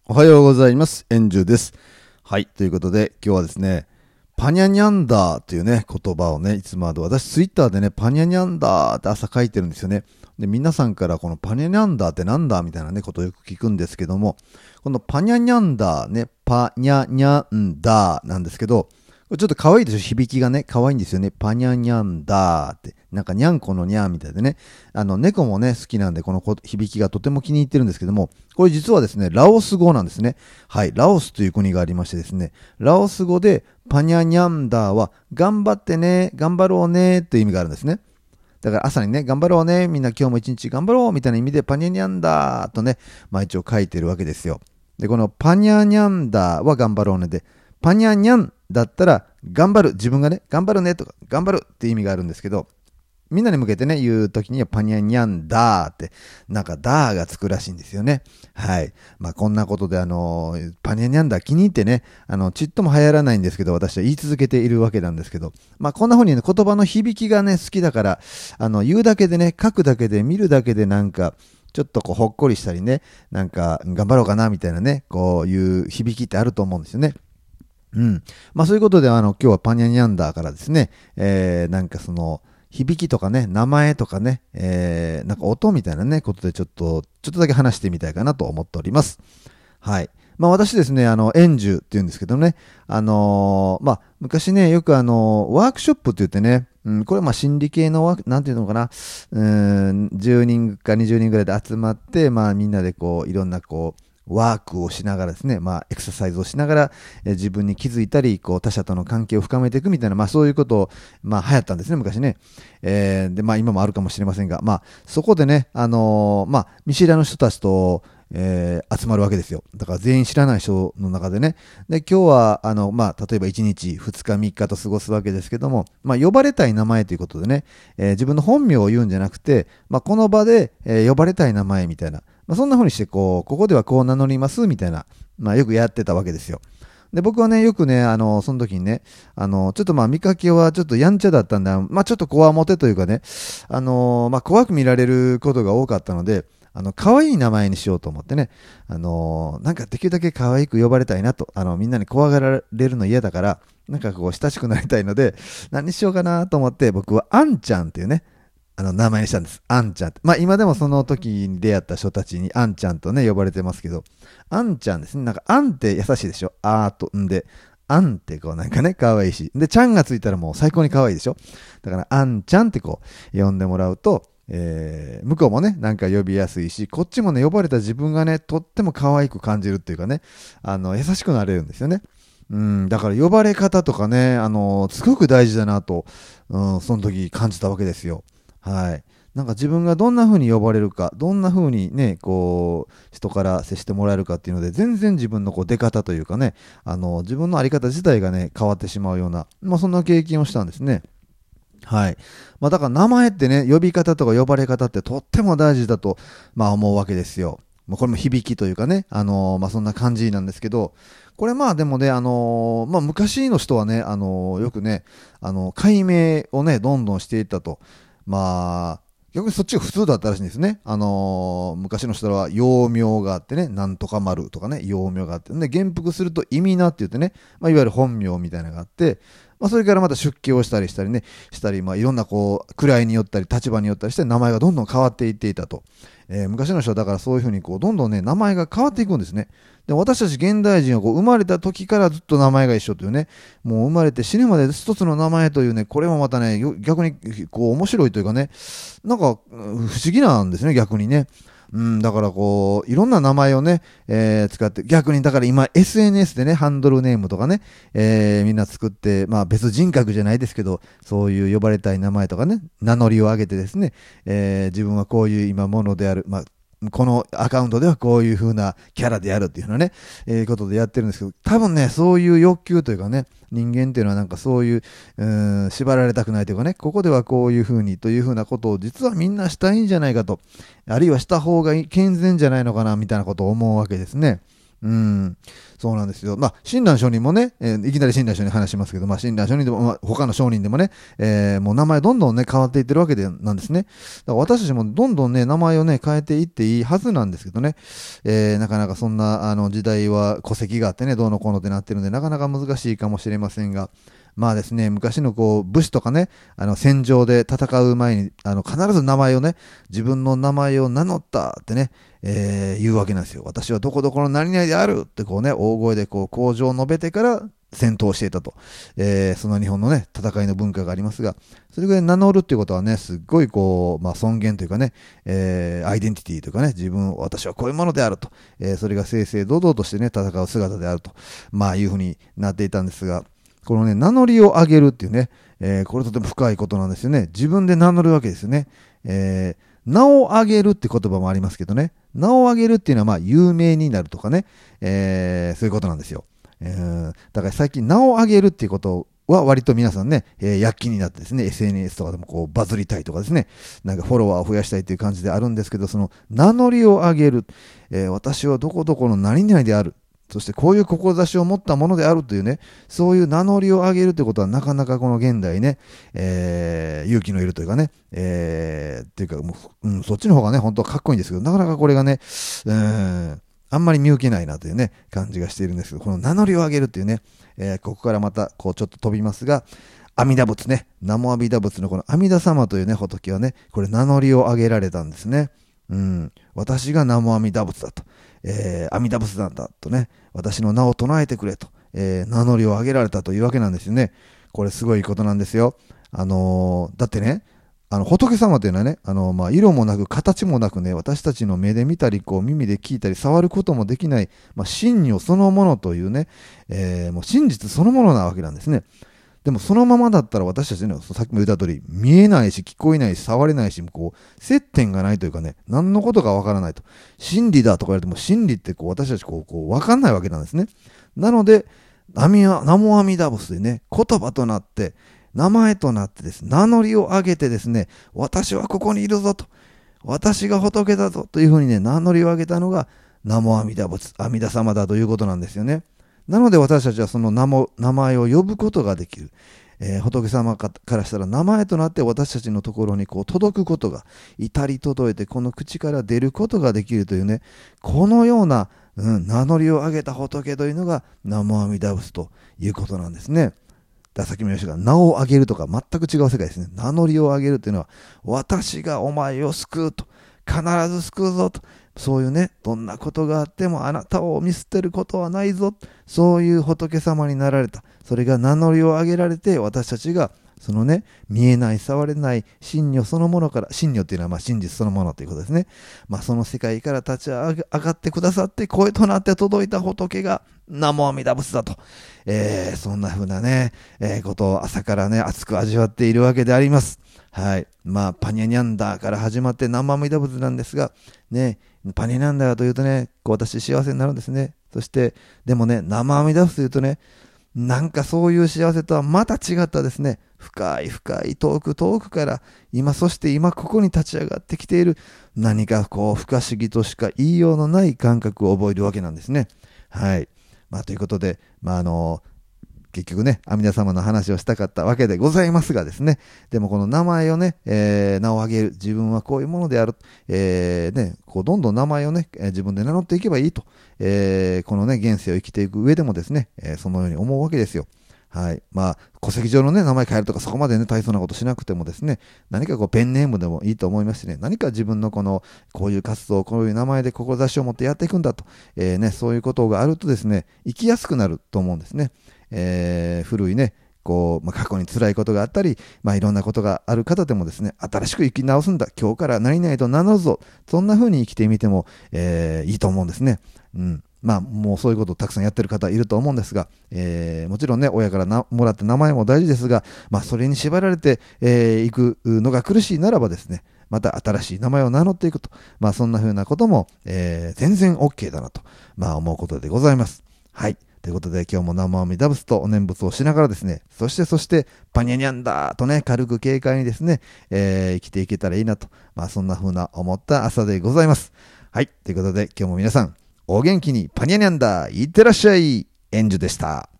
おはようございます。エンジュです。はい。ということで、今日はですね、パニャニャンダーというね、言葉をね、いつも私ツイッターでね、パニャニャンダーって朝書いてるんですよね。で、皆さんからこのパニャニャンダーってなんだみたいなね、ことをよく聞くんですけども、このパニャニャンダーね、パニャニャンダーなんですけど、これちょっと可愛いでしょ、響きがね、可愛いんですよね。パニャニャンダーって。なんかニャンコのニャンみたいでね。猫もね、好きなんで、この響きがとても気に入ってるんですけども、これ実はですね、ラオス語なんですね。はい、ラオスという国がありましてですね、ラオス語でパニャニャンダーは、頑張ってね、頑張ろうね、という意味があるんですね。だから朝にね、頑張ろうね、みんな今日も一日頑張ろう、みたいな意味でパニャニャンダーとね、一応書いてるわけですよ。で、このパニャニャンダーは頑張ろうねで、パニャニャンだったら頑張る、自分がね、頑張るねとか、頑張るって意味があるんですけど、みんなに向けてね、言うときにはパニャニャンダーって、なんかダーがつくらしいんですよね。はい。こんなことでパニャニャンダー気に入ってね、ちっとも流行らないんですけど、私は言い続けているわけなんですけど、こんな風にね、言葉の響きがね、好きだから、言うだけでね、書くだけで、見るだけでなんか、ちょっとほっこりしたりね、なんか、頑張ろうかな、みたいなね、こういう響きってあると思うんですよね。うん。そういうことで、今日はパニャニャンダーからですね、なんかその、響きとかね、名前とかね、なんか音みたいなね、ことでちょっとだけ話してみたいかなと思っております。はい。私ですね、エンジュって言うんですけどね、昔ね、よくワークショップって言ってね、これは心理系のなんていうのかな、10人か20人ぐらいで集まって、みんなでこう、いろんなこう、ワークをしながらですね、エクササイズをしながら、自分に気づいたり、こう、他者との関係を深めていくみたいな、そういうことを、流行ったんですね、昔ね。で、今もあるかもしれませんが、そこでね、見知らぬ人たちと、集まるわけですよ。だから全員知らない人の中でね。で、今日は、例えば1日、2日、3日と過ごすわけですけども、呼ばれたい名前ということでね、自分の本名を言うんじゃなくて、この場で、呼ばれたい名前みたいな、そんな風にして、ここではこう名乗りますみたいな、よくやってたわけですよ。で、僕はね、よくね、その時にね、ちょっと見かけはちょっとやんちゃだったんで、ちょっとこわもてというかね、怖く見られることが多かったので、可愛い名前にしようと思ってね、なんかできるだけ可愛く呼ばれたいなと、みんなに怖がられるの嫌だから、なんかこう親しくなりたいので、何にしようかなと思って、僕はあんちゃんっていうね、名前にしたんです。あんちゃんって。今でもその時に出会った人たちにあんちゃんとね、呼ばれてますけど、あんちゃんですね。なんか、あんって優しいでしょ。あーと、んで、あんってこうなんかね、可愛いし。で、ちゃんがついたらもう最高に可愛いでしょ。だから、あんちゃんってこう、呼んでもらうと、向こうもね、なんか呼びやすいし、こっちもね、呼ばれた自分がね、とっても可愛く感じるっていうかね、優しくなれるんですよね。だから呼ばれ方とかね、すごく大事だなと、その時感じたわけですよ。はい。なんか自分がどんな風に呼ばれるか、どんな風にね、こう、人から接してもらえるかっていうので、全然自分のこう出方というかね、自分のあり方自体がね、変わってしまうような、そんな経験をしたんですね。はい。だから名前ってね、呼び方とか呼ばれ方ってとっても大事だと、思うわけですよ。これも響きというかね、そんな感じなんですけど、これでもね、昔の人はね、よくね、解明をね、どんどんしていったと。逆にそっちが普通だったらしいんですね。昔の人は、幼名があってね、なんとか丸とかね、幼名があって、で、元服すると意味なって言ってね、いわゆる本名みたいなのがあって、それからまた出家をしたりね、いろんなこう、位によったり、立場によったりして、名前がどんどん変わっていっていたと。昔の人はだからそういうふうにこう、どんどんね、名前が変わっていくんですね。で、私たち現代人はこう、生まれた時からずっと名前が一緒というね、もう生まれて死ぬまで一つの名前というね、これもまたね、逆にこう、面白いというかね、なんか、不思議なんですね、逆にね。だからこう、いろんな名前をね、使って、逆にだから今 SNS でね、ハンドルネームとかね、みんな作って、別人格じゃないですけど、そういう呼ばれたい名前とかね、名乗りを上げてですね、自分はこういう今ものである、このアカウントではこういう風なキャラであるっていうようなね、ことでやってるんですけど、多分ね、そういう欲求というかね、人間っていうのはなんかそういう、縛られたくないというかね、ここではこういう風にという風なことを実はみんなしたいんじゃないかと、あるいはした方が健全じゃないのかな、みたいなことを思うわけですね。 うん、そうなんですよ。まあ、親鸞上人もね、いきなり親鸞上人話しますけど、まあ、親鸞上人でも、まあ、他の上人でもね、もう名前どんどんね、変わっていってるわけでなんですね。だから私たちもどんどんね、名前をね、変えていっていいはずなんですけどね、なかなかそんな、時代は戸籍があってね、どうのこうのってなってるんで、なかなか難しいかもしれませんが、まあですね、昔のこう武士とかね、戦場で戦う前に、必ず名前をね、自分の名前を名乗ったってね、言うわけなんですよ。私はどこどこの何々であるってこうね、大声でこう、口上を述べてから戦闘していたと。その日本のね、戦いの文化がありますが、それぐらい名乗るっていうことはね、すっごいこう、まあ尊厳というかね、アイデンティティというかね、私はこういうものであると。それが正々堂々としてね、戦う姿であると。まあいうふうになっていたんですが、このね、名乗りを上げるっていうね、これとても深いことなんですよね。自分で名乗るわけですよね。名を上げるって言葉もありますけどね。名を上げるっていうのはまあ有名になるとかね、そういうことなんですよ。だから最近名を上げるっていうことは割と皆さんね、躍起になってですね、SNS とかでもこうバズりたいとかですね、なんかフォロワーを増やしたいという感じであるんですけど、その名乗りを上げる、私はどこどこの何々である。そしてこういう志を持ったものであるというね、そういう名乗りを上げるということはなかなかこの現代ね、勇気のいるというかね、っていうかもう、そっちの方がね、本当はかっこいいんですけど、なかなかこれがね、あんまり見受けないなというね、感じがしているんですけど、この名乗りを上げるっていうね、ここからまたこうちょっと飛びますが、阿弥陀仏ね、南無阿弥陀仏のこの阿弥陀様というね、仏はね、これ名乗りを上げられたんですね。私が南無阿弥陀仏だと。阿弥陀仏なんだとね、私の名を唱えてくれと、名乗りを上げられたというわけなんですよね。これすごいことなんですよ。だってね、仏様というのはね、まあ、色もなく形もなくね、私たちの目で見たり、こう耳で聞いたり、触ることもできない、まあ、真如そのものというね、もう真実そのものなわけなんですね。でもそのままだったら私たちね、さっきも言った通り、見えないし、聞こえないし、触れないし、こう、接点がないというかね、何のことかわからないと。真理だとか言われても、真理ってこう、私たちこう、わかんないわけなんですね。なので、南無阿弥陀仏でね、言葉となって、名前となってです、名乗りを上げてですね、私はここにいるぞと、私が仏だぞというふうにね、名乗りを上げたのが、南無阿弥陀仏、阿弥陀様だということなんですよね。なので私たちはその名前を呼ぶことができる。仏様からしたら名前となって私たちのところにこう届くことが、至り届いてこの口から出ることができるというね、このような、名乗りを上げた仏というのが南無阿弥陀仏ということなんですね。ださっきも言いましたが、名を上げるとか全く違う世界ですね。名乗りを上げるというのは、私がお前を救うと、必ず救うぞと、そういうね、どんなことがあってもあなたを見捨てることはないぞ、そういう仏様になられた。それが名乗りを上げられて、私たちがそのね、見えない、触れない真如そのものから、真如っていうのはまあ真実そのものということですね。まあその世界から立ち上がってくださって、声となって届いた仏が南無阿弥陀仏だと。そんな風なね、ことを朝からね、熱く味わっているわけであります。はい。まあ、パニャニャンダーから始まって南無阿弥陀仏なんですが、ね、パニャニャンダーというとね、こう私幸せになるんですね。そして、でもね、南無阿弥陀仏というとね、なんかそういう幸せとはまた違ったですね、深い深い遠く遠くから、そして今ここに立ち上がってきている、何かこう不可思議としか言いようのない感覚を覚えるわけなんですね。はい。まあ、ということで、まあ、結局ね、阿弥陀様の話をしたかったわけでございますがですね、でもこの名前をね、名を挙げる、自分はこういうものである、ね、こうどんどん名前をね、自分で名乗っていけばいいと、このね、現世を生きていく上でもですね、そのように思うわけですよ。はい。まあ、戸籍上のね、名前変えるとかそこまでね、大層なことしなくてもですね、何かこうペンネームでもいいと思いますしね、何か自分のこういう活動、こういう名前で志を持ってやっていくんだと、ね、そういうことがあるとですね、生きやすくなると思うんですね。古いね、過去に辛いことがあったり、いろんなことがある方でもですね、新しく生き直すんだ、今日から何々と名乗るぞ、そんな風に生きてみても、いいと思うんですね。もうそういうことをたくさんやってる方いると思うんですが、もちろんね、親からもらった名前も大事ですが、それに縛られていくのが苦しいならばですね、また新しい名前を名乗っていくと、そんな風なことも、全然 OK だなと、思うことでございます。はい。ということで今日も南無阿弥陀仏とお念仏をしながらですね、そしてパニャニャンダーとね、軽く軽快にですね、生きていけたらいいなと、そんな風な思った朝でございます。はい。ということで今日も皆さんお元気にパニャニャンダーいってらっしゃい。エンジュでした。